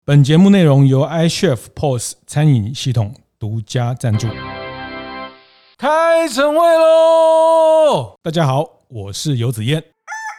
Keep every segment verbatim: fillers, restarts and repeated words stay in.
本节目内容由 iChef P O S 餐饮系统独家赞助。开晨会喽！大家好，我是游子燕。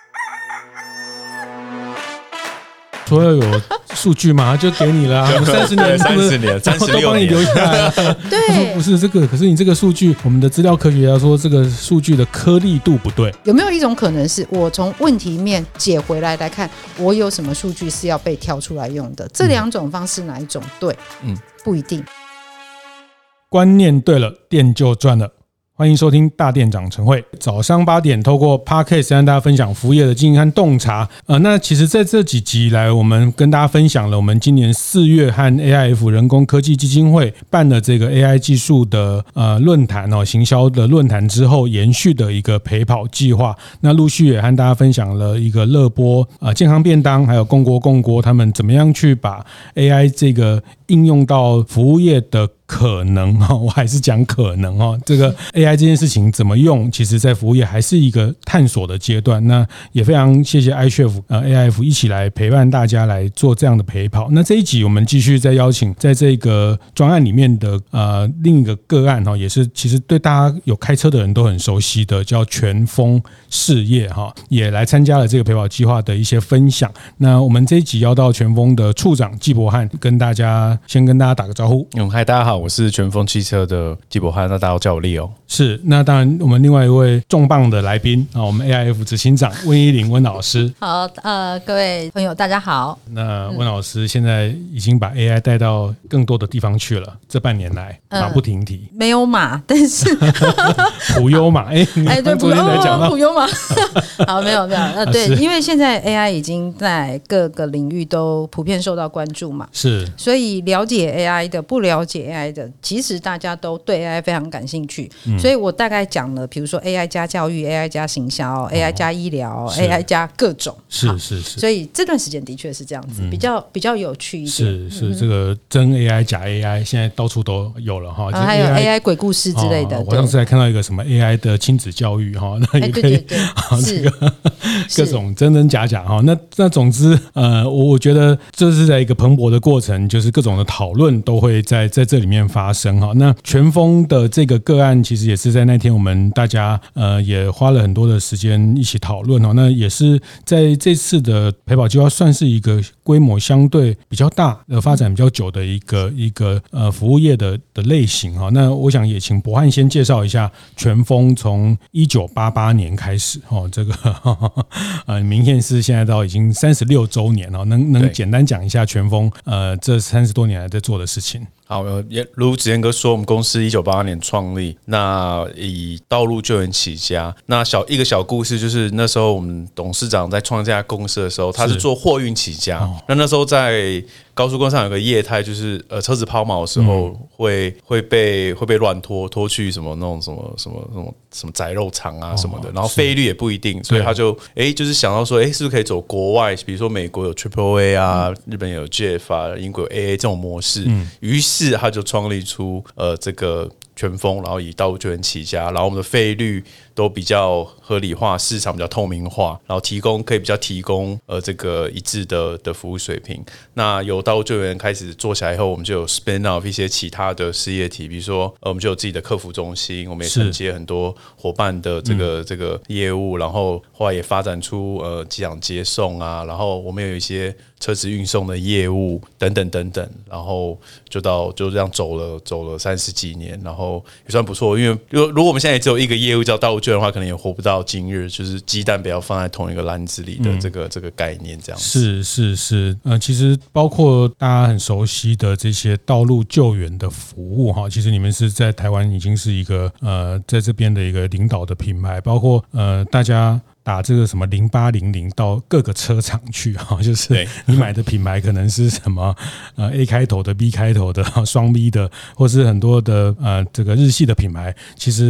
说要有数据嘛，就给你了、啊。我三十年， 三十年，三十六年， 都帮你留下来、啊。 对， 不是这个，可是你这个数据，我们的资料科学家说这个数据的颗粒度不对。 有没有一种可能是我从问题面解回来来看，我有什么数据是要被挑出来用的？这两种方式哪一种对？嗯，不一定。 观念对了，店就赚了。欢迎收听大店长晨会，早上八点透过 Podcast 跟大家分享服务业的经营和洞察。呃，那其实在这几集以来，我们跟大家分享了我们今年四月和 A I F 人工科技基金会办的这个 A I 技术的呃论坛哦，行销的论坛之后延续的一个陪跑计划。那陆续也和大家分享了一个乐波呃健康便当，还有共锅共锅他们怎么样去把 A I 这个应用到服务业的可能，我还是讲可能，这个 A I 这件事情怎么用，其实在服务业还是一个探索的阶段。那也非常谢谢 iChef A I F 一起来陪伴大家来做这样的陪跑。那这一集我们继续再邀请在这个专案里面的呃另一个个案，也是其实对大家有开车的人都很熟悉的，叫全峰事业，也来参加了这个陪跑计划的一些分享。那我们这一集邀到全峰的处长纪伯翰，跟大家先跟大家打个招呼。 嗯，嗨，大家好，我是全峰汽车的纪伯翰，那大家叫我 Leo。 是，那当然我们另外一位重磅的来宾啊，我们 A I F 执行长温依玲温老师。 好，呃，各位朋友大家好。 那温老师现在已经把 A I 带到更多的地方去了，这半年来马不停蹄。 嗯、没有马，但是普悠马，哎、欸，哎， 对， 昨天才讲到普悠马。好，没有没有，呃，对，因为现在 A I 已经在各个领域都普遍受到关注嘛， 是， 所以了解 A I 的，不了解 A I 的，其实大家都对 A I 非常感兴趣。嗯、所以我大概讲了，比如说 A I 加教育 ，A I 加行销、哦、，A I 加医疗 ，A I 加各种， 是是是。 所以这段时间的确是这样子，嗯、比较比较有趣一点。 是是，嗯、这个真 A I 假 A I 现在到处都有了哈、 啊，还有 A I 鬼故事之类的。 哦、我上次还看到一个什么 A I 的亲子教育哈，那也可以， 哎、对对对这个各种真真假假哈。那那总之呃，我我觉得这是在一个蓬勃的过程，就是各种的讨论都会在在这里面发生哈。那全峰的这个个案，其实也是在那天我们大家呃也花了很多的时间一起讨论哈。那也是在这次的陪跑计划算是一个规模相对比较大、呃发展比较久的一个一个呃服务业的的类型哈。那我想也请伯翰先介绍一下全峰从一九八八年开始哈，这个呃明显是现在到已经三十六周年了，能能简单讲一下全峰呃这三十多年来在做的事情？ 好，也如子燕哥说，我们公司一九八八年创立，那以道路救援起家。那小一个小故事，就是那时候我们董事长在创这家公司的时候，他是做货运起家。哦、那那时候在高速公路上有个业态，就是呃车子抛锚的时候会、嗯、会被会被乱拖拖去什么那种什么什么什么什么宰肉场啊什么的，哦、然后费率也不一定，所以他就哎、欸、就是想到说，哎、欸、是不是可以走国外，比如说美国有 Triple A 啊，嗯、日本有 J F 啊，英国有 A A 这种模式，于、嗯、是他就创立出呃这个全峰，然后以道路救援起家，然后我们的费率都比较合理化，市场比较透明化，然后提供可以比较提供呃这个一致的的服务水平。那由道路救援开始做起来以后，我们就有 spin off 一些其他的事业体，比如说呃我们就有自己的客服中心，我们也承接很多伙伴的这个、嗯、这个业务，然后后来也发展出呃机场接送啊，然后我们有一些车子运送的业务等等等等，然后就到就这样走了走了三十几年，然后也算不错。因为如果我们现在只有一个业务叫道路救援的话，可能也活不到今日，就是鸡蛋不要放在同一个篮子里的这个、嗯、这个概念这样子。 是是是，呃，其实包括大家很熟悉的这些道路救援的服务哈，其实你们是在台湾已经是一个呃在这边的一个领导的品牌，包括呃大家打这个什么零八零零到各个车厂去哈，就是你买的品牌可能是什么呃 A 开头的 B 开头的双 B 的，或是很多的呃这个日系的品牌，其实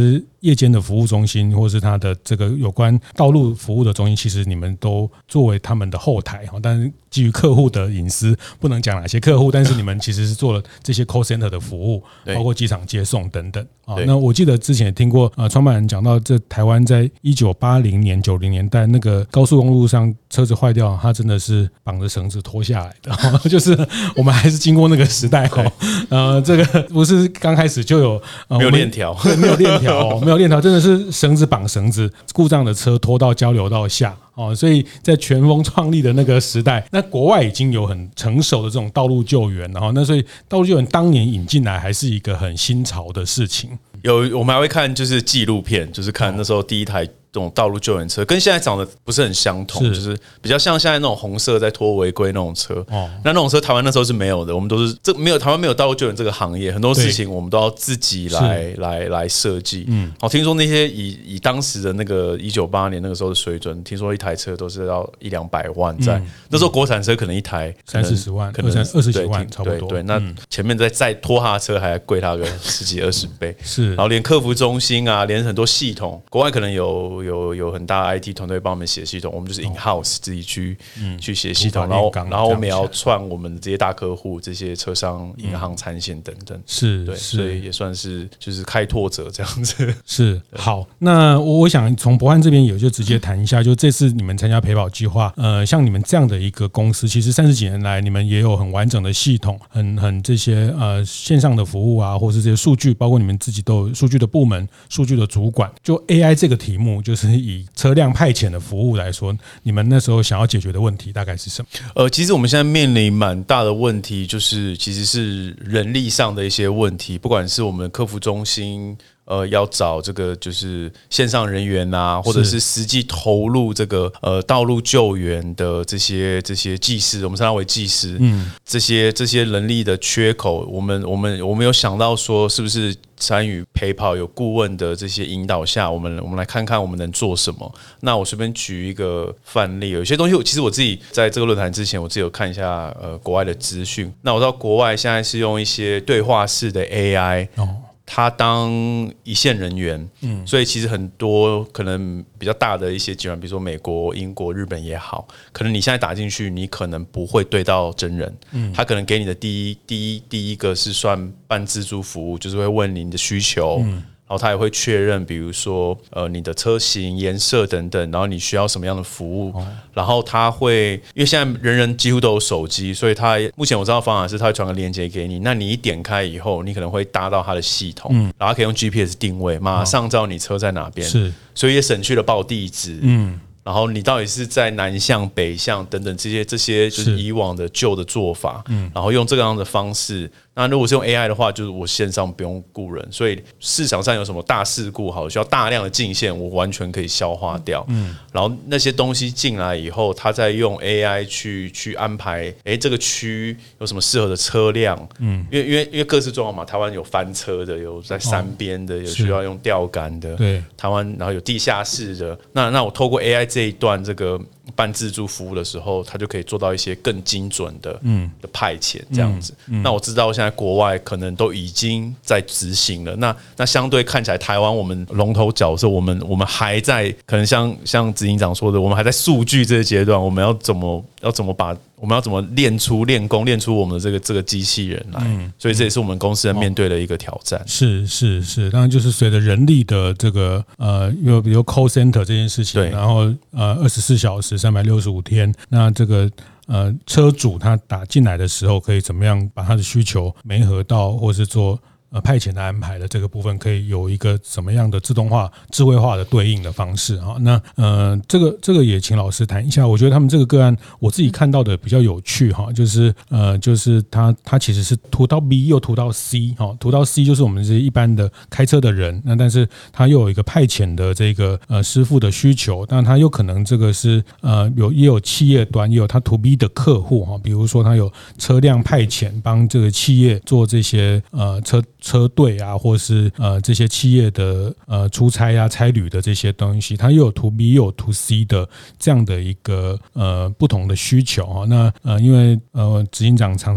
夜间的服务中心，或是它的这个有关道路服务的中心，其实你们都作为他们的后台，但是基于客户的隐私，不能讲哪些客户，但是你们其实是做了这些 call center 的服务，包括机场接送等等啊。那我记得之前也听过呃，创办人讲到，这台湾在一九八零年、九零年代那个高速公路上车子坏掉，它真的是绑着绳子拖下来的，就是我们还是经过那个时代哦。呃，这个不是刚开始就有、 呃、没有链条， 对，没有链条、哦，没有链条，真的是绳子绑绳子，故障的车拖到交流道下。哦，所以在全峰创立的那个时代，那国外已经有很成熟的这种道路救援，然后那所以道路救援当年引进来还是一个很新潮的事情。 有我们还会看就是纪录片，就是看那时候第一台这种道路救援车，跟现在长得不是很相同，是就是比较像现在那种红色在拖违规那种车。哦，那那种车台湾那时候是没有的，我们都是这没有台湾没有道路救援这个行业，很多事情我们都要自己来来来设计。嗯，好，听说那些以以当时的那个一九八年那个时候的水准，听说一台车都是要一两百万在，嗯、那时候国产车可能一台三四十万， 可能二十几万差不多。 对，对那前面再再拖他的车还贵他个十几二十倍。是，然后连客服中心啊，连很多系统，国外可能有有有很大的 I T 团队帮我们写系统，我们就是 in house 自己去、嗯、去写系统，然后然后我们也要串我们这些大客户、这些车商、银行、产险等等。 是， 对，所以也算是就是开拓者这样子。 是，好，那我想从博翰这边也就直接谈一下，就这次你们参加陪跑计划，呃，像你们这样的一个公司，其实三十几年来，你们也有很完整的系统，很很这些呃线上的服务啊，或是这些数据，包括你们自己都有数据的部门、数据的主管。就 A I 这个题目，就是以车辆派遣的服务来说，你们那时候想要解决的问题大概是什么？ 呃，其实我们现在面临蛮大的问题，就是其实是人力上的一些问题，不管是我们客服中心。呃，要找这个就是线上人员啊，或者是实际投入这个呃道路救援的这些这些技师，我们称他为技师，嗯，这些这些人力的缺口，我们我们我们有想到说，是不是参与陪跑有顾问的这些引导下，我们我们来看看我们能做什么。那我随便举一个范例，有些东西其实我自己在这个论坛之前，我自己有看一下呃国外的资讯。那我知道国外现在是用一些对话式的 A I。哦，他当一线人员，嗯，所以其实很多可能比较大的一些集团，比如说美国、英国、日本也好，可能你现在打进去，你可能不会对到真人，嗯，他可能给你的第一、第一、第一个是算半自助服务，就是会问你的需求。嗯，然后他也会确认，比如说呃你的车型、颜色等等，然后你需要什么样的服务，哦、然后他会，因为现在人人几乎都有手机，所以他目前我知道的方法是，他会传个链接给你，那你一点开以后，你可能会搭到他的系统，嗯、然后他可以用 G P S 定位，马上知道你车在哪边，是，所以也省去了报地址，嗯。然后你到底是在南向、北向等等这些这些就是以往的旧的做法，嗯，然后用这个样的方式。那如果是用 A I 的话，就是我线上不用雇人，所以市场上有什么大事故，好需要大量的进线，我完全可以消化掉。嗯，然后那些东西进来以后，他再用 A I 去去安排，哎，这个区有什么适合的车辆？嗯，因为因为因为各式状况嘛，台湾有翻车的，有在山边的，有需要用吊杆的，对，台湾然后有地下室的。那那我透过 A I 这一段这个半自助服务的时候，它就可以做到一些更精准的嗯的派遣这样子。嗯嗯、那我知道现在国外可能都已经在执行了。那那相对看起来，台湾我们龙头角色，我们我们还在可能像像执行长说的，我们还在数据这个阶段，我们要怎么要怎么把我们要怎么练出练功练出我们的这个这个机器人来？嗯、所以这也是我们公司在面对的一个挑战。哦、是是是，当然就是随着人力的这个呃，有比如 call center 这件事情，然后呃二十四小时。三百六十五天，那这个呃车主他打进来的时候，可以怎么样把他的需求媒合到，或是做呃派遣的安排的这个部分，可以有一个怎么样的自动化、智慧化的对应的方式啊？那呃这个这个也请老师谈一下。我觉得他们这个个案，我自己看到的比较有趣哈，就是呃就是他他其实是图到 B 又图到 C 哈，图到 C 就是我们这些一般的开车的人，那但是他又有一个派遣的这个呃师傅的需求，但他有可能这个是呃有也有企业端，也有他 to B 的客户哈，比如说他有车辆派遣帮这个企业做这些呃车。车队啊，或是呃这些企业的呃出差啊、差旅的这些东西，它又有 to B 又有 to C 的这样的一个呃不同的需求啊。那呃因为呃执行长常常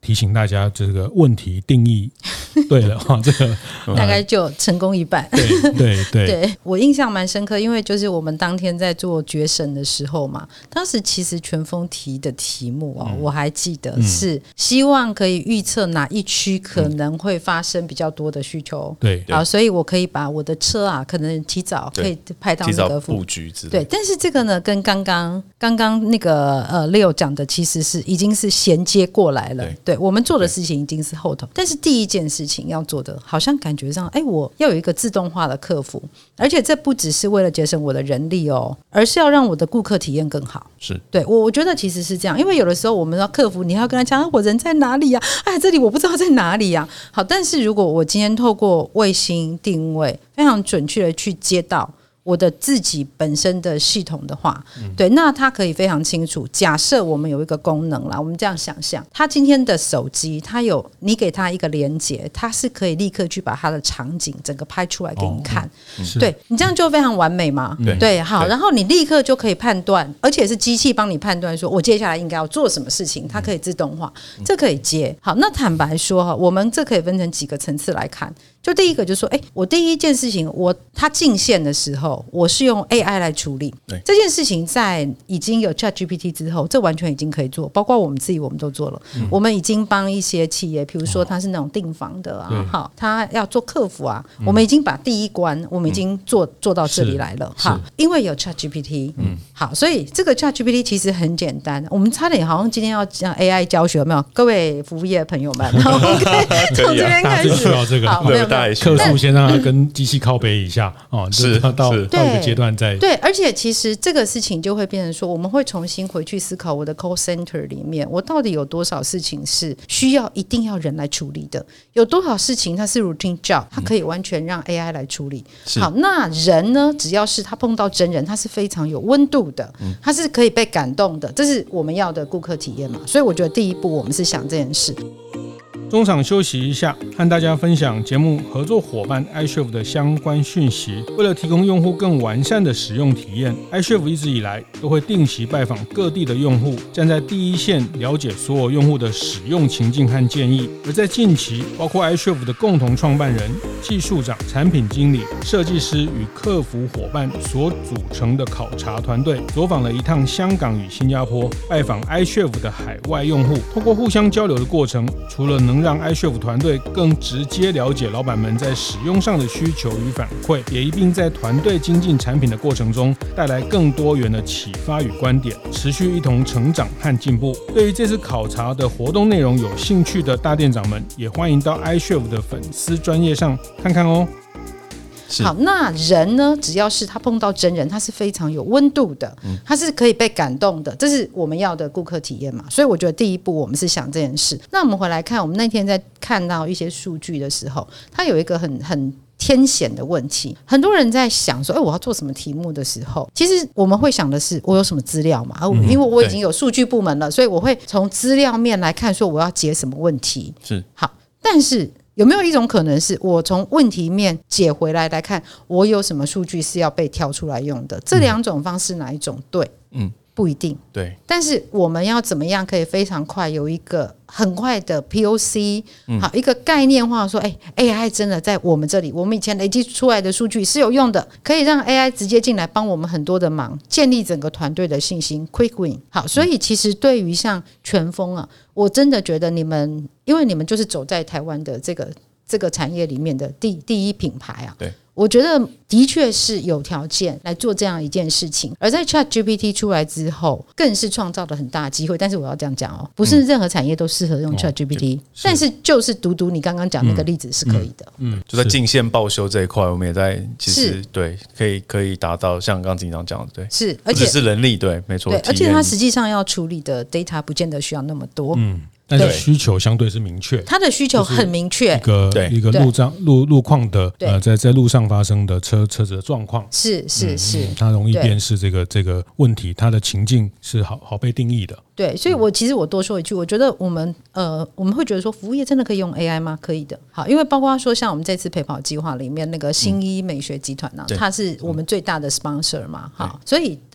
提醒大家这个问题定义对了哈，这个大概就成功一半。 对对对， 对我印象蛮深刻，因为就是我们当天在做决审的时候嘛，当时其实全峰提的题目哦，嗯、我还记得是希望可以预测哪一区可能会发生比较多的需求。 对， 好，所以我可以把我的车啊，可能提早可以派到那个布局之类。 对，但是这个呢，跟刚刚刚刚那个呃 Leo 讲的，其实是已经是衔接过来了。对，对我们做的事情已经是后头，但是第一件事情要做的，好像感觉上，哎，我要有一个自动化的客服，而且这不只是为了节省我的人力哦，而是要让我的顾客体验更好。 是对我，我觉得其实是这样，因为有的时候我们要客服，你还要跟他讲、啊、我人在哪里呀、啊？哎，这里我不知道在哪里呀、啊。好，但是如果我今天透过卫星定位，非常准确的去接到我的自己本身的系统的话，嗯、对，那它可以非常清楚。假设我们有一个功能啦，我们这样想象，他今天的手机，它有你给他一个连结，它是可以立刻去把它的场景整个拍出来给你看。哦嗯、对你这样就非常完美嘛？ 对， 对，好，然后你立刻就可以判断，而且是机器帮你判断，说我接下来应该要做什么事情，它可以自动化，嗯、这可以接。好，那坦白说哈，我们这可以分成几个层次来看。就第一个就是说，哎，我第一件事情，我它进线的时候，我是用 A I 来处理这件事情，在已经有 ChatGPT 之后，这完全已经可以做，包括我们自己，我们都做了。嗯、我们已经帮一些企业，比如说他是那种订房的啊，好，他要做客服啊，嗯、我们已经把第一关，我们已经做、嗯、做到这里来了。好，因为有 ChatGPT， 嗯，好，所以这个 ChatGPT 其实很简单。我们差点好像今天要讲 A I 教学，有没有？各位服务业的朋友们，我们可以从这边开始。 需要这个， 好，没有。 客诉先让他跟机器靠背一下哦， 是到到一个阶段再对，而且其实这个事情就会变成说，我们会重新回去思考我的 call center 里面，我到底有多少事情是需要一定要人来处理的，有多少事情它是 routine job， 它可以完全让 A I 来处理。嗯、好，那人呢，只要是他碰到真人，他是非常有温度的，他是可以被感动的，这是我们要的顾客体验嘛。所以我觉得第一步我们是想这件事。 中场休息一下，和大家分享节目合作伙伴 iChef 的相关讯息。为了提供用户更完善的使用体验， iChef 一直以来都会定期拜访各地的用户，站在第一线了解所有用户的使用情境和建议。而在近期，包括 iChef 的共同创办人、技术长、产品经理、设计师与客服伙伴所组成的考察团队，走访了一趟香港与新加坡，拜访 iChef 的海外用户。透过互相交流的过程，除了能让 iChef 团队更直接了解老板们在使用上的需求与反馈，也一并在团队精进产品的过程中带来更多元的启发与观点，持续一同成长和进步。对于这次考察的活动内容有兴趣的大店长们，也欢迎到 iChef 的粉丝专页上看看哦。 好，那人呢，只要是他碰到真人，他是非常有温度的，他是可以被感动的，这是我们要的顾客体验嘛。所以我觉得第一步我们是想这件事。那我们回来看，我们那天在看到一些数据的时候，它有一个很很天险的问题。很多人在想说，哎，我要做什么题目的时候，其实我们会想的是，我有什么资料嘛？嗯、因为我已经有数据部门了，所以我会从资料面来看，说我要解什么问题。 是好， 但是有没有一种可能是我从问题面解回来来看，我有什么数据是要被挑出来用的？这两种方式哪一种对？嗯，不一定。 对， 但是我们要怎么样可以非常快有一个很快的 P O C，、嗯、好，一个概念化说，哎 ，A I 真的在我们这里，我们以前累积出来的数据是有用的，可以让 A I 直接进来帮我们很多的忙，建立整个团队的信心 ，Quick Win。好，所以其实对于像全峰啊，我真的觉得你们，因为你们就是走在台湾的这个这个产业里面的第第一品牌啊， 对。 我觉得的确是有条件来做这样一件事情，而在 ChatGPT 出来之后，更是创造了很大的机会。但是我要这样讲哦，不是任何产业都适合用 ChatGPT，、嗯哦、但是就是独独你刚刚讲那个例子是可以的。 嗯，嗯就在进线报修这一块，我们也在其实对可以可以达到像刚刚警长讲的，对， 是，而且不只是人力，对，没错， 对，而且它实际上要处理的 data 不见得需要那么多。 嗯。但是需求相对是明确， 它的需求很明确， 一个一个路上路路况的呃，在在路上发生的车车子的状况， 是是是、嗯， 它容易辨识这个这个问题，它的情境是好好被定义的。 对，所以我其实我多说一句，我觉得我们呃我们会觉得说服务业真的可以用 A I 吗？可以的。好，因为包括说像我们这次陪跑计划里面那个新医美学集团呢、啊，嗯、它是我们最大的 sponsor 嘛，好，所以。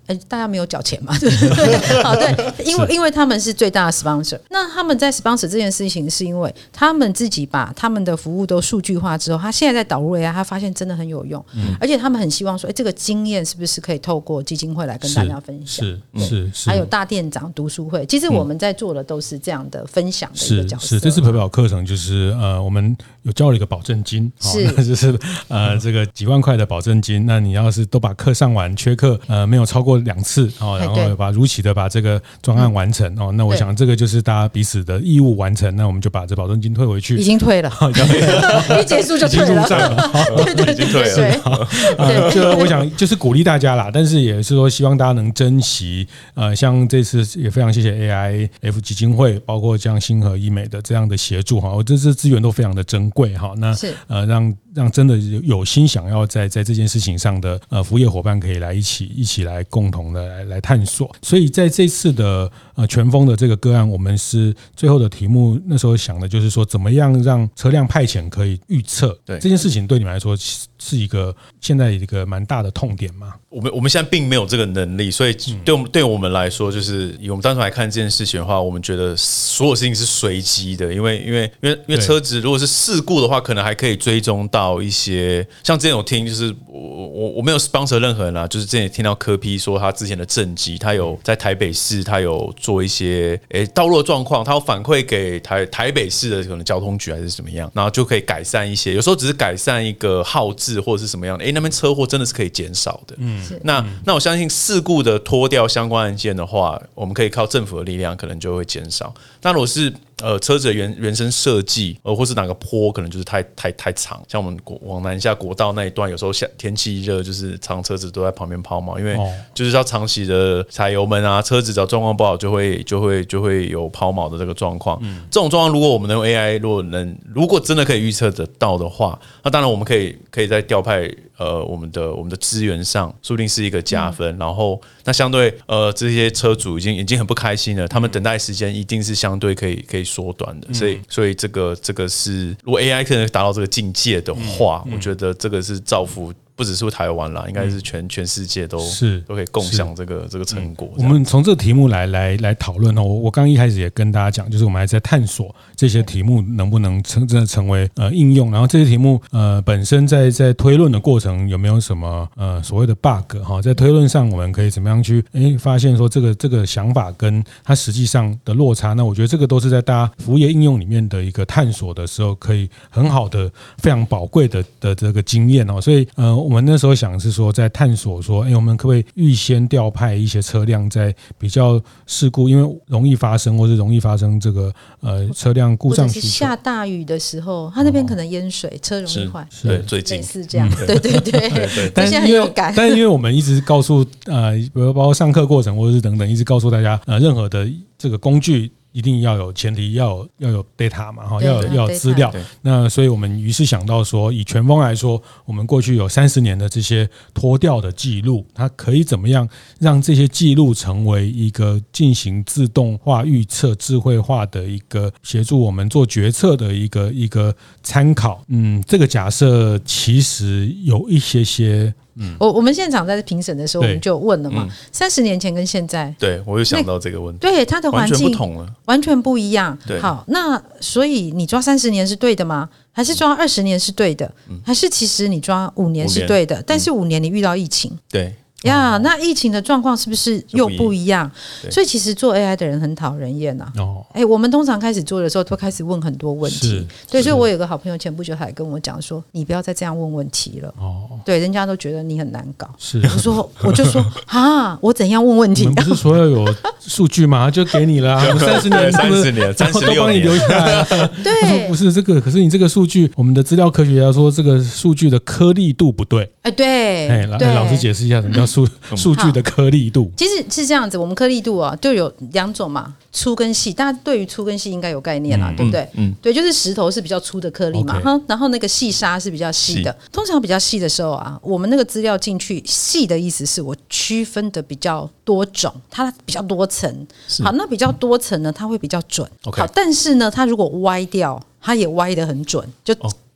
哎，大家没有缴钱嘛，对不对？好，对，因为因为他们是最大的 sponsor， 那他们在 sponsor 这件事情，是因为他们自己把他们的服务都数据化之后，他现在在导入 A I， 他发现真的很有用，嗯、而且他们很希望说，哎，这个经验是不是可以透过基金会来跟大家分享？ 是是 是, 是， 还有大店长读书会，其实我们在做的都是这样的分享的一个角色。 是是，这次陪跑课程就是呃，我们有交了一个保证金， 是、 哦、那就是呃这个几万块的保证金。那你要是都把课上完，缺课呃没有超过两次哦，然后把如期的把这个专案完成、嗯、哦，那我想这个就是大家彼此的义务完成，那我们就把这保证金退回去。 已经退了，一结束就退了， 对对对，已经退了。对，就我想就是鼓励大家啦，但是也是说希望大家能珍惜。呃，像这次也非常谢谢 A I F 基金会，包括像星河医美的这样的协助哈，这次资源都非常的珍贵哈。那呃让让真的有心想要在在这件事情上的呃服务业伙伴可以来一起一起来共同的来来探索。所以在这次的呃全峰的这个个案，我们是最后的题目那时候想的就是说，怎么样让车辆派遣可以预测？对这件事情对你们来说是一个现在一个蛮大的痛点吗？ 我们我们现在并没有这个能力，所以对我们对我们来说，就是以我们单纯来看这件事情的话，我们觉得所有事情是随机的，因为因为因为因为车子如果是事故的话，可能还可以追踪到一些，像之前有听，就是我我我没有 sponsor 任何人啦，就是之前也听到柯 P 说他之前的政绩，他有在台北市，他有做一些诶、欸、道路的状况，他有反馈给台台北市的可能交通局还是怎么样，然后就可以改善一些，有时候只是改善一个号志或者是什么样的，诶、欸、那边车祸真的是可以减少的，嗯。那那我相信事故的拖掉相关案件的话，我们可以靠政府的力量，可能就会减少。那如果是呃车子的原原生设计，呃或是哪个坡可能就是太太太长，像我们往南下国道那一段，有时候夏天气热，就是常车子都在旁边抛锚，因为就是要长期的踩油门啊，车子只要状况不好，就会就会就会有抛锚的这个状况。嗯、这种状况，如果我们能用 A I， 如果能如果真的可以预测得到的话，那当然我们可以可以在调派呃我们的我们的资源上，说不定是一个加分。嗯、然后那相对呃这些车主已经已经很不开心了，他们等待时间一定是相对可以可以缩短的，所以所以这个这个是如果 A I 可能达到这个境界的话，嗯嗯、我觉得这个是造福。不只是台湾啦，应该是全全世界都是都可以共享这个这个成果。 我们从这个题目来来来讨论哦。我我刚一开始也跟大家讲，就是我们还在探索这些题目能不能成真的成为呃应用。然后这些题目呃本身在在推论的过程有没有什么呃所谓的 bug 哈？在推论上我们可以怎么样去诶发现说这个这个想法跟它实际上的落差？那我觉得这个都是在大家服务业应用里面的一个探索的时候，可以很好的非常宝贵的的这个经验哦。所以呃。我们那时候想是说，在探索说，哎，我们可不可以预先调派一些车辆，在比较事故，因为容易发生，或是容易发生这个呃车辆故障需求， 下大雨的时候，它那边可能淹水，哦、车容易坏， 对，最近类似这样，嗯、对对对对对。 但是因为但是因为我们一直告诉呃，包括上课过程或者是等等，一直告诉大家，呃，任何的这个工具。一定要有前提，要有要有 data 嘛，哈，要有要有资料。那所以我们于是想到说，以全峰来说，我们过去有三十年的这些拖吊的记录，它可以怎么样让这些记录成为一个进行自动化预测、智慧化的一个协助我们做决策的一个一个参考？嗯，这个假设其实有一些些。 嗯、我我们现场在评审的时候，我们就问了嘛，三十年前跟现在， 对我有想到这个问题， 对它的环境完全不同了， 完全不一样。好，那所以你抓三十年是对的吗？还是抓二十年是对的？嗯、还是其实你抓五年是对的？嗯、但是五年你遇到疫情， 对。 呀，那疫情的状况是不是又不一样？所以其实做 A I 的人很讨人厌呐。哦，哎，我们通常开始做的时候，都开始问很多问题。对，所以我有个好朋友，前不久还跟我讲说：“你不要再这样问问题了。”哦，对，人家都觉得你很难搞。是，我说，我就说啊，我怎样问问题？ 我们不是说要有数据吗？就给你了、啊，三十年、 三十年、三十六年都帮你留下来。对，不是这个，可是你这个数据，我们的资料科学家说这个数据的颗粒度不对。 哎，对， 哎，来老师解释一下什么叫数数据的颗粒度。 其实是这样子，我们颗粒度啊，就有两种嘛，粗跟细。大家对于粗跟细应该有概念啦，嗯、对不对？嗯，对，就是石头是比较粗的颗粒嘛， okay. 然后那个细沙是比较细的。通常比较细的时候啊，我们那个资料进去，细的意思是我区分的比较多种，它比较多层。好，那比较多层呢，它会比较准。Okay. 好，但是呢，它如果歪掉，它也歪得很准，就。哦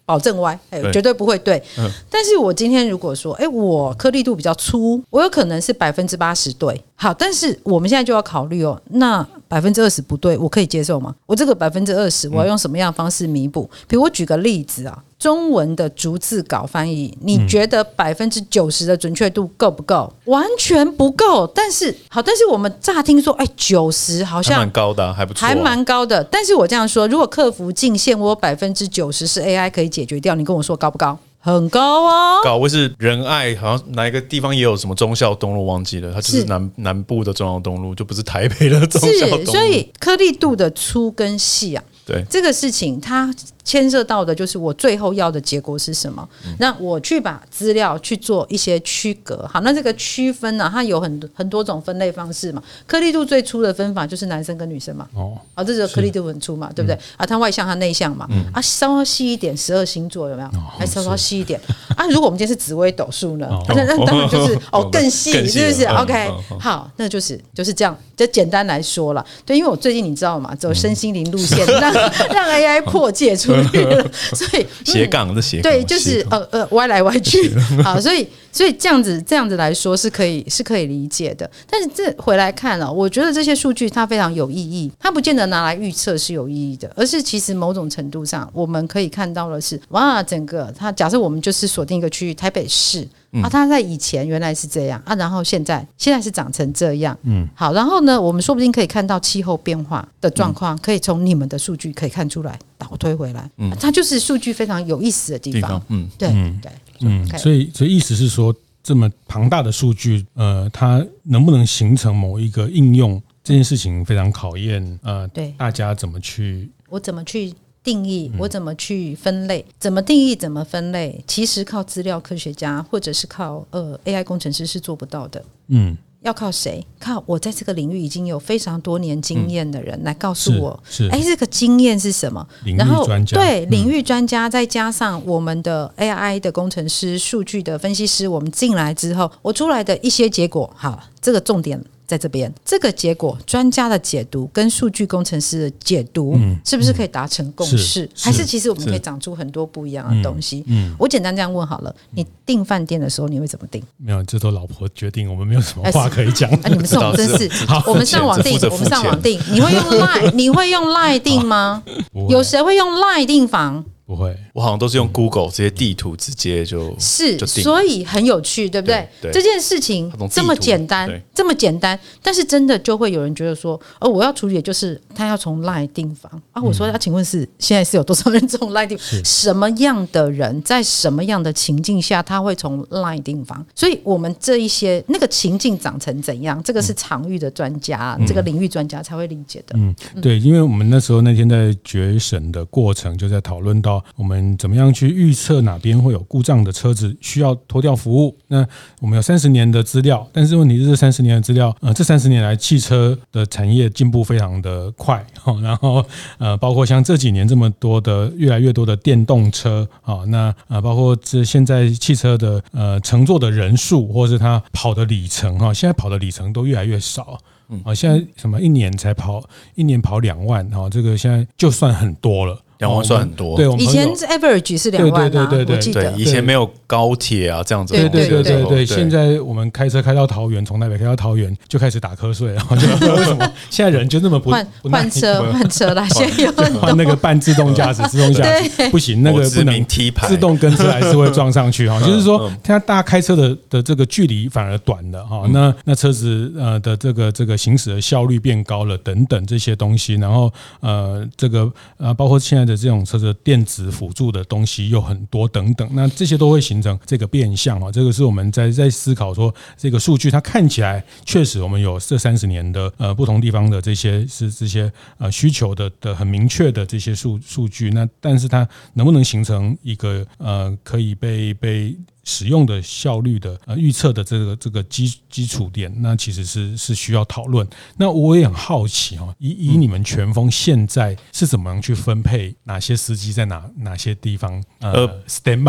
保证歪，哎，绝对不会对。嗯、但是我今天如果说，哎，我颗粒度比较粗，我有可能是百分之八十对。好，但是我们现在就要考虑哦，那百分之二十不对，我可以接受吗？我这个百分之二十，我要用什么样的方式弥补？比如我举个例子啊，中文的逐字稿翻译，你觉得百分之九十的准确度够不够？完全不够。但是好，但是我们乍听说，哎，九十好像还蛮高的、啊，还不错、啊， 还蛮高的。但是我这样说，如果客服进线，我有百分之九十是 A I 可以解决掉，你跟我说高不高？很高啊！ 高，或是仁爱，好像哪一个地方也有什么忠孝东路忘记了，它就是南南部的忠孝东路，就不是台北的忠孝东路。 所以颗粒度的粗跟细啊， 对这个事情，它牵涉到的就是我最后要的结果是什么。嗯、那我去把资料去做一些区隔，好，那这个区分呢、啊，它有很多很多种分类方式嘛。颗粒度最粗的分法就是男生跟女生嘛，哦，啊，这个颗粒度很粗嘛，对不对？嗯、啊，他外向，他内向嘛，嗯、啊，稍微细一点，十二星座有没有？哦、还稍稍细一点啊。如果我们今天是紫微斗数呢，哦、那那当然就是哦更细，是不是、嗯、？OK，、嗯、好，那就是就是这样，就简单来说了。对，因为我最近你知道嘛，走身心灵路线，嗯、让让 A I 破解出去了，所以、嗯、 斜杠的斜杠， 对，就是呃呃歪来歪去，好，所以所以这样子这样子来说是可以是可以理解的。但是这回来看了、哦，我觉得这些数据它非常有意义，它不见得拿来预测是有意义的，而是其实某种程度上我们可以看到的是，哇，整个它假设我们就是锁定一个区域，台北市。啊，它在以前原来是这样啊，然后现在现在是长成这样，嗯，好，然后呢，我们说不定可以看到气候变化的状况，嗯、可以从你们的数据可以看出来，倒推回来，嗯，它就是数据非常有意思的地方，地方嗯，对，嗯对， 嗯，所以所以意思是说，这么庞大的数据，呃，它能不能形成某一个应用，这件事情非常考验，呃，对，大家怎么去， 我怎么去。定义我怎么去分类？怎么定义？怎么分类？其实靠资料科学家或者是靠呃 A I 工程师是做不到的。嗯，要靠谁？靠我在这个领域已经有非常多年经验的人来告诉我，哎，这个经验是什么？ 领域专家， 对，领域专家，再加上我们的 A I 的工程师、数据的分析师，我们进来之后，我出来的一些结果，好，这个重点。在这边，这个结果专家的解读跟数据工程师的解读，嗯、是不是可以达成共识？是是还是其实我们可以长出很多不一样的东西？嗯嗯、我简单这样问好了，你订饭店的时候你会怎么订？ 没有，这都老婆决定，我们没有什么话可以讲。 啊，你们这种真是，我们上网订，我们上网订，你会用 Line？ 你会用 Line 订吗？有谁会用 Line 订房？ 不会， 我好像都是用 Google 这些地图直接就， 是，所以很有趣，对不对？对对这件事情这么简单，这么简单，但是真的就会有人觉得说，哦，我要处理的就是他要从 Line 订房啊。我说，那、嗯啊、请问是现在是有多少人从 Line 订？什么样的人在什么样的情境下他会从 Line 订房？所以我们这一些那个情境长成怎样，这个是场域的专家，嗯、这个领域专家才会理解的。 嗯，对，因为我们那时候那天在决审的过程就在讨论到。我们怎么样去预测哪边会有故障的车子需要拖吊服务？那我们有三十年的资料，但是问题是这三十年的资料，呃，这三十年来汽车的产业进步非常的快，然后呃，包括像这几年这么多的越来越多的电动车啊，那呃，包括这现在汽车的呃乘坐的人数，或是它跑的里程哈，现在跑的里程都越来越少。啊，现在什么一年才跑一年跑两万哈，这个现在就算很多了。 两万算很多， 对， 以前 average 是两万、啊， 对对对对对， 对，以前没有高铁啊这样子， 对对对对对，现在我们开车开到桃园，从台北开到桃园就开始打瞌睡，然后就为什么现在人就那么不换换车换车啦，现在有换那个半自动驾驶、自动驾驶不行，那个不能自动跟车还是会撞上去哈，就是说，它大家开车的的这个距离反而短了哈，那那车子呃的这个这个行驶的效率变高了等等这些东西，然后呃这个呃包括现在的这种车子。电子辅助的东西又很多等等，那这些都会形成这个变相啊。这个是我们在在思考说，这个数据它看起来确实我们有这三十年的呃不同地方的这些是这些呃需求的的很明确的这些数数据，那但是它能不能形成一个呃可以被被使用的效率的呃预测的这个这个基基础点，那其实是是需要讨论。那我也很好奇哈，以以你们全峰现在是怎么样去分配哪些司机在哪哪些地方呃 stand by？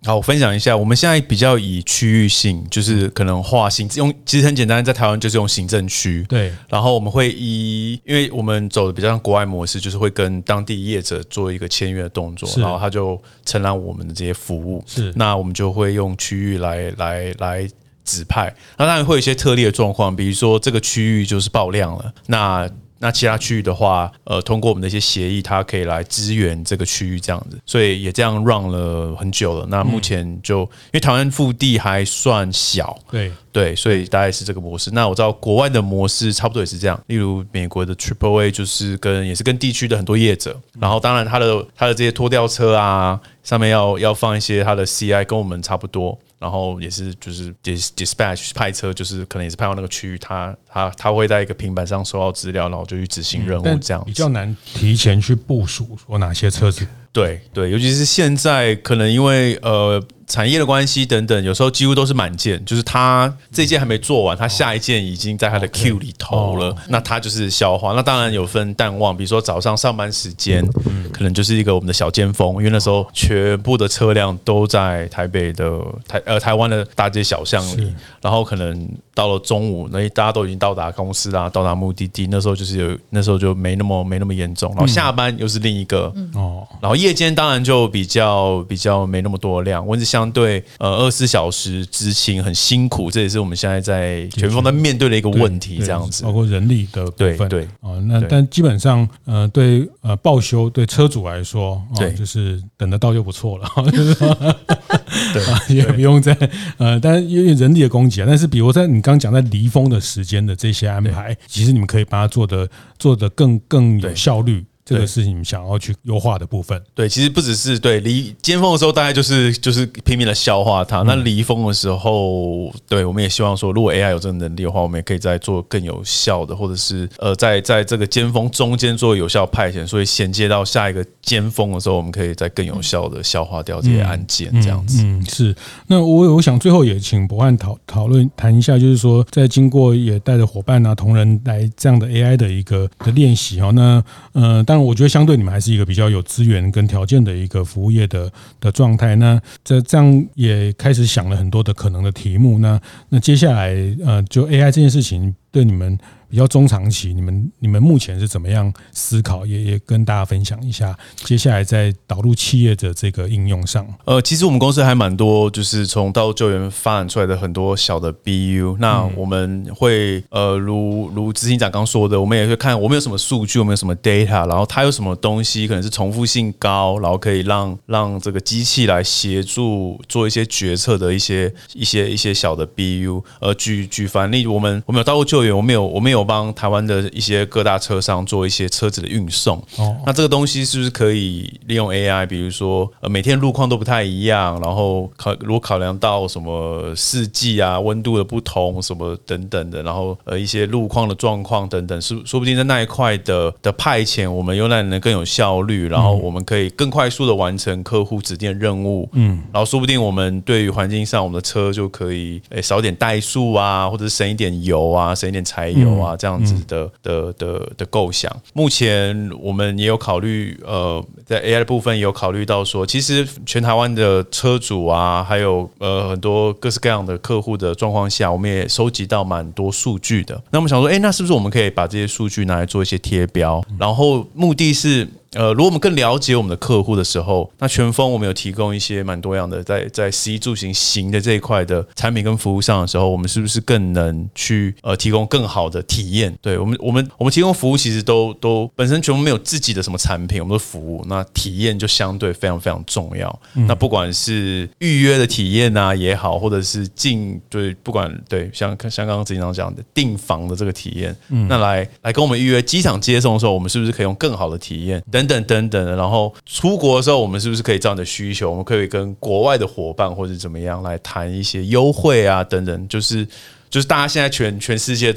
好，我分享一下，我们现在比较以区域性，就是可能划行用，其实很简单，在台湾就是用行政区， 对， 然后我们会依，因为我们走的比较像国外模式，就是会跟当地业者做一个签约的动作，然后他就承揽我们的这些服务， 是， 那我们就会用区域来来来指派，那当然会有一些特例的状况，比如说这个区域就是爆量了，那。那其他区域的话，呃，通过我们的一些协议，它可以来支援这个区域这样子，所以也这样 run 了很久了。那目前就、嗯、因为台湾腹地还算小， 对对，所以大概是这个模式。那我知道国外的模式差不多也是这样，例如美国的 Triple A 就是跟也是跟地区的很多业者，然后当然它的它的这些拖吊车啊，上面要要放一些它的 C I， 跟我们差不多。然后也是就是 dispatch 派车，就是可能也是派到那个区域，他他他会在一个平板上收到资料，然后就去执行任务这样子。 比较难提前去部署说哪些车子。 对对，尤其是现在可能因为呃产业的关系等等，有时候几乎都是满件，就是他这件还没做完，他下一件已经在他的 queue 里头了，那他就是消化。那当然有分淡旺，比如说早上上班时间，可能就是一个我们的小尖峰，因为那时候全部的车辆都在台北的台呃台湾的大街小巷里，然后可能到了中午，那大家都已经到达公司啦，到达目的地，那时候就是有那时候就没那么没那么严重，然后下班又是另一个哦，然后夜间当然就比较比较没那么多量，温是相对呃二十四小时执勤很辛苦，这也是我们现在在全峰在面对的一个问题，这样子， 包括人力的部分， 对对哦，那但基本上呃对呃报修对车主来说， 对， 就是等得到就不错了，对，也不用再呃，但因为人力的供给啊，但是比如在你刚讲在离峰的时间的这些安排，其实你们可以把它做得做得更更有效率。这个是你们想要去优化的部分。 对，其实不只是对离尖峰的时候，大概就是就是拼命的消化它。那离峰的时候，对，我们也希望说，如果 A I 有这个能力的话，我们也可以再做更有效的，或者是呃，在在这个尖峰中间做有效派遣，所以衔接到下一个尖峰的时候，我们可以再更有效的消化掉这些案件，这样子。 嗯，嗯是。那我我想最后也请博翰讨讨论谈一下，就是说，在经过也带着伙伴啊、同仁来这样的 A I 的一个的练习哈，那呃，当然我觉得相对你们还是一个比较有资源跟条件的一个服务业的的状态。那这这样也开始想了很多的可能的题目。那那接下来呃，就 A I 这件事情对你们比较中长期，你们你们目前是怎么样思考？也也跟大家分享一下。接下来在导入企业的这个应用上， 呃，其实我们公司还蛮多，就是从道路救援发展出来的很多小的 B U。那我们会呃，如如执行长刚说的，我们也会看我们有什么数据，我们有什么 data， 然后它有什么东西可能是重复性高，然后可以让让这个机器来协助做一些决策的一些一些一些小的 B U。呃，举举凡例，我们我们有道路救援，我们有我们有帮台湾的一些各大车商做一些车子的运送。哦，那这个东西是不是可以利用 A I？ 比如说，呃，每天路况都不太一样，然后考如果考量到什么四季啊、温度的不同什么等等的，然后呃一些路况的状况等等，是说不定在那一块的的派遣，我们又让能更有效率，然后我们可以更快速的完成客户指定的任务。嗯，然后说不定我们对于环境上，我们的车就可以诶少点怠速啊，或者是省一点油啊，省一点柴油啊，这样子的的的的构想。目前我们也有考虑，呃，在 A I 的部分也有考虑到说，其实全台湾的车主啊，还有呃很多各式各样的客户的状况下，我们也收集到蛮多数据的。那我们想说，哎，那是不是我们可以把这些数据拿来做一些贴标？然后目的是。呃，如果我们更了解我们的客户的时候，那全峰我们有提供一些蛮多样的，在在食衣住行行的这一块的产品跟服务上的时候，我们是不是更能去呃提供更好的体验？对我们，我们我们提供服务其实都都本身全部没有自己的什么产品，我们的服务，那体验就相对非常非常重要。嗯、那不管是预约的体验啊也好，或者是进对不管对像像刚刚执行长讲的订房的这个体验，嗯、那来来跟我们预约机场接送的时候，我们是不是可以用更好的体验？等等等等的，然后出国的时候，我们是不是可以照你的需求，我们可以跟国外的伙伴或者怎么样来谈一些优惠啊，等等，就是就是大家现在全全世界都在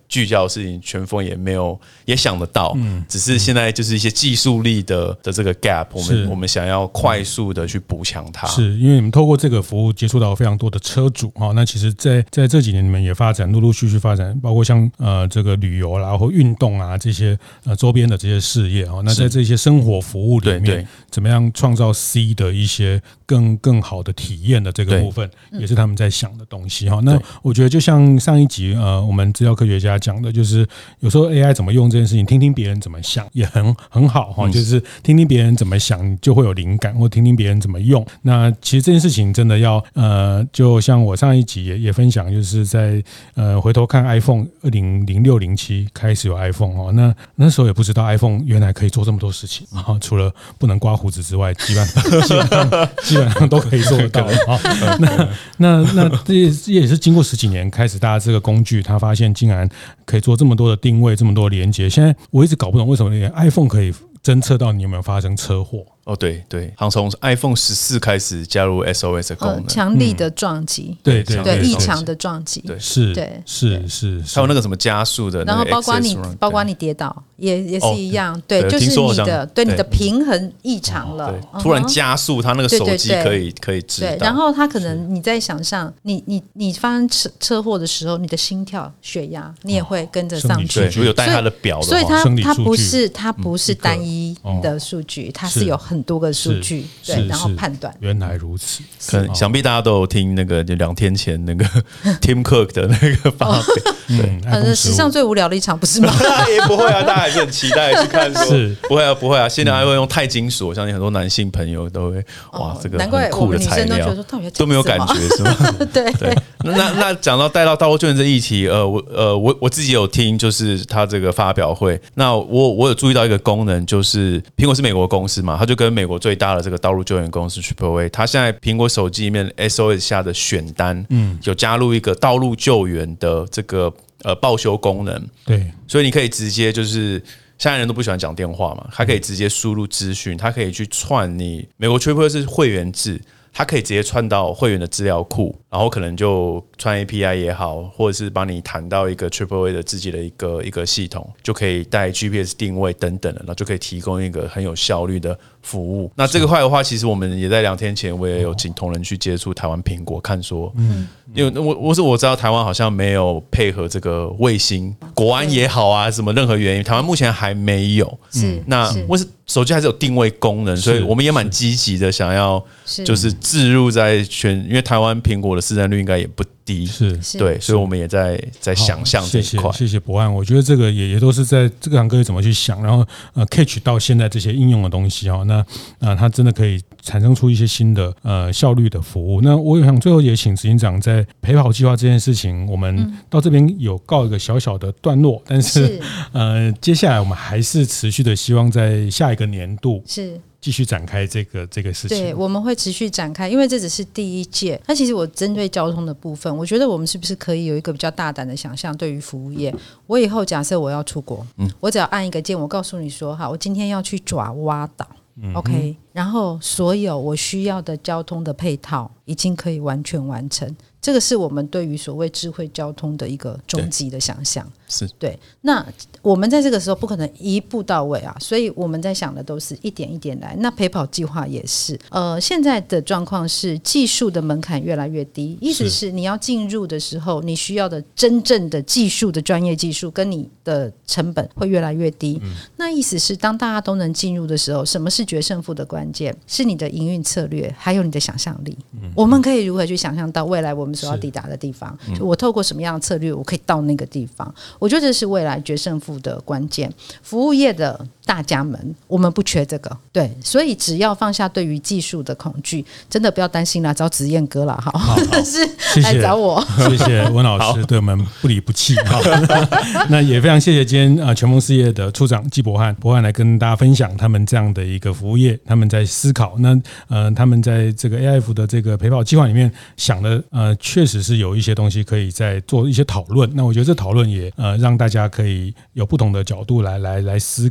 聚焦的事情，全峰也没有也想得到，嗯，只是现在就是一些技术力的的这个 gap， 我们我们想要快速的去补强它。 是因为你们透过这个服务接触到非常多的车主哈，那其实在在这几年你们也发展，陆陆续续发展，包括像呃这个旅游啦或运动啊这些呃周边的这些事业哈，那在这些生活服务里面，怎么样创造 C 的一些更更好的体验的这个部分，也是他们在想的东西哈。那我觉得就像上一集呃我们资料科学家讲的，就是有时候 A I 怎么用这件事情，听听别人怎么想也很很好哈，就是听听别人怎么想，你就会有灵感，或听听别人怎么用。那其实这件事情真的要呃，就像我上一集也也分享，就是在呃回头看 iPhone 二零零六零七开始有 iPhone 哦，那那时候也不知道 iPhone 原来可以做这么多事情啊，除了不能刮胡子之外，基本上基本上基本上都可以做得到啊。那那那这也是经过十几年开始，大家这个工具他发现竟然可以做这么多的定位，这么多的连接。现在我一直搞不懂为什么连 iPhone 可以侦测到你有没有发生车祸。 哦，对对，好像从 iPhone 十四开始加入 S O S 的功能， 强、呃、力的撞击， 嗯、对对对，异常的撞击， 对， 是， 对， 是是， 还有那个什么加速的， 然后包括你，包括你跌倒，也也是一样，哦、对，对就是你的，对你的平衡异常了， 哦、突然加速，它那个手机可以可以知道， 对，然后它可能你在想象，你你你发生车车祸的时候，你的心跳、血压，你也会跟着上去， 对，如果有带它的表的话， 所以它它不是它不是单一的数据，它是有很多个数据。对，然后判断原来如此， 可能想必大家都有听那个，就两天前那个 Tim Cook 的那个发表， 对， 嗯，史上最无聊的一场，不是吗？ 也不会啊，大家还是很期待去看。说不会啊，不会啊，现在还会用钛金属，我相信很多男性朋友都会哇，这个很酷的材料，都没有感觉是吗？ 对对。 那那讲到带到道路救援这议题，呃，我呃我我自己有听，就是他这个发表会，那我我有注意到一个功能，就是苹果是美国公司嘛，他就跟美国最大的这个道路救援公司 Triple A， 他现在苹果手机里面 S O S 下的选单，嗯，有加入一个道路救援的这个呃报修功能， 对， 所以你可以直接就是现在人都不喜欢讲电话嘛，他可以直接输入资讯，他可以去串你美国 Triple A 是会员制。它可以直接串到会员的资料库，然后可能就串 A P I 也好，或者是帮你谈到一个 Triple A 的自己的一个一个系统，就可以带 G P S 定位等等的，然后就可以提供一个很有效率的服务。那这个块的话，其实我们也在两天前，我也有请同仁去接触台湾苹果，看说，嗯，因为我我是我知道台湾好像没有配合这个卫星国安也好啊，什么任何原因，台湾目前还没有。 是， 那我是手机还是有定位功能，所以我们也蛮积极的，想要就是置入在全，因为台湾苹果的市占率应该也不低， 是对，所以我们也在在想象这一块。 谢谢博翰，我觉得这个也也都是在这个行各位怎么去想，然后呃 catch 到现在这些应用的东西哈，那呃它真的可以产生出一些新的呃效率的服务。那我想最后也请执行长在陪跑计划这件事情，我们到这边有告一个小小的段落，但是呃接下来我们还是持续的希望在下一个年度是。 继续展开这个这个事情， 对，我们会持续展开，因为这只是第一届。那其实我针对交通的部分，我觉得我们是不是可以有一个比较大胆的想象？对于服务业，我以后假设我要出国，嗯，我只要按一个键，我告诉你说，好，我今天要去爪哇岛、嗯、，OK， 然后所有我需要的交通的配套已经可以完全完成。这个是我们对于所谓智慧交通的一个终极的想象， 是对。那我们在这个时候不可能一步到位啊，所以我们在想的都是一点一点来。那陪跑计划也是，呃，现在的状况是技术的门槛越来越低，意思是你要进入的时候，你需要的真正的技术的专业技术跟你的成本会越来越低。嗯、那意思是，当大家都能进入的时候，什么是决胜负的关键？是你的营运策略，还有你的想象力。嗯、我们可以如何去想象到未来我们所要抵达的地方？就我透过什么样的策略，我可以到那个地方？我觉得这是未来决胜负的关键。服务业的大家们，我们不缺这个，对，所以只要放下对于技术的恐惧，真的不要担心啦，找子燕哥啦，好，好但是来找我， 谢谢温老师对我们不离不弃。那也非常谢谢今天呃全峰事业的处长纪博翰，博翰来跟大家分享他们这样的一个服务业，他们在思考，那呃他们在这个 A I F 的这个陪跑计划里面想的呃确实是有一些东西可以再做一些讨论。那我觉得这讨论也呃让大家可以有不同的角度来来来思考哈。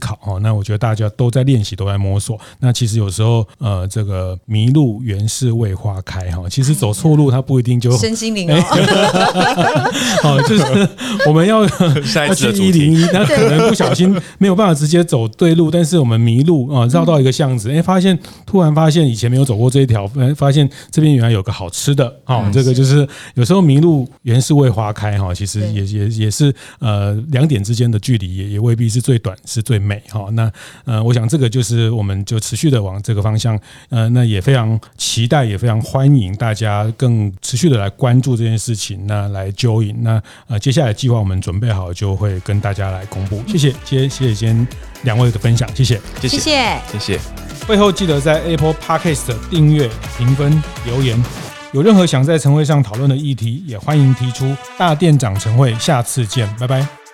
那我觉得大家都在练习，都在摸索。那其实有时候呃，这个迷路原是为花开哈，其实走错路它不一定就身心灵哦， 好，就是我们要下一次的主题去一零一，那可能不小心没有办法直接走对路，但是我们迷路啊，绕到一个巷子，哎，发现突然发现以前没有走过这一条，发现这边原来有个好吃的，哈，这个就是有时候迷路原是为花开哈，其实也也也是呃两点之间的距离也也未必是最短是最美哈。那呃，我想这个就是我们就持续的往这个方向，呃，那也非常期待，也非常欢迎大家更持续的来关注这件事情，那来 join。那呃，接下来计划我们准备好就会跟大家来公布。谢谢，谢谢今天两位的分享，谢谢， 谢谢， 谢谢， 谢谢。 会后记得在 Apple Podcast 订阅、评分、留言。有任何想在晨会上讨论的议题，也欢迎提出。大店长晨会，下次见，拜拜。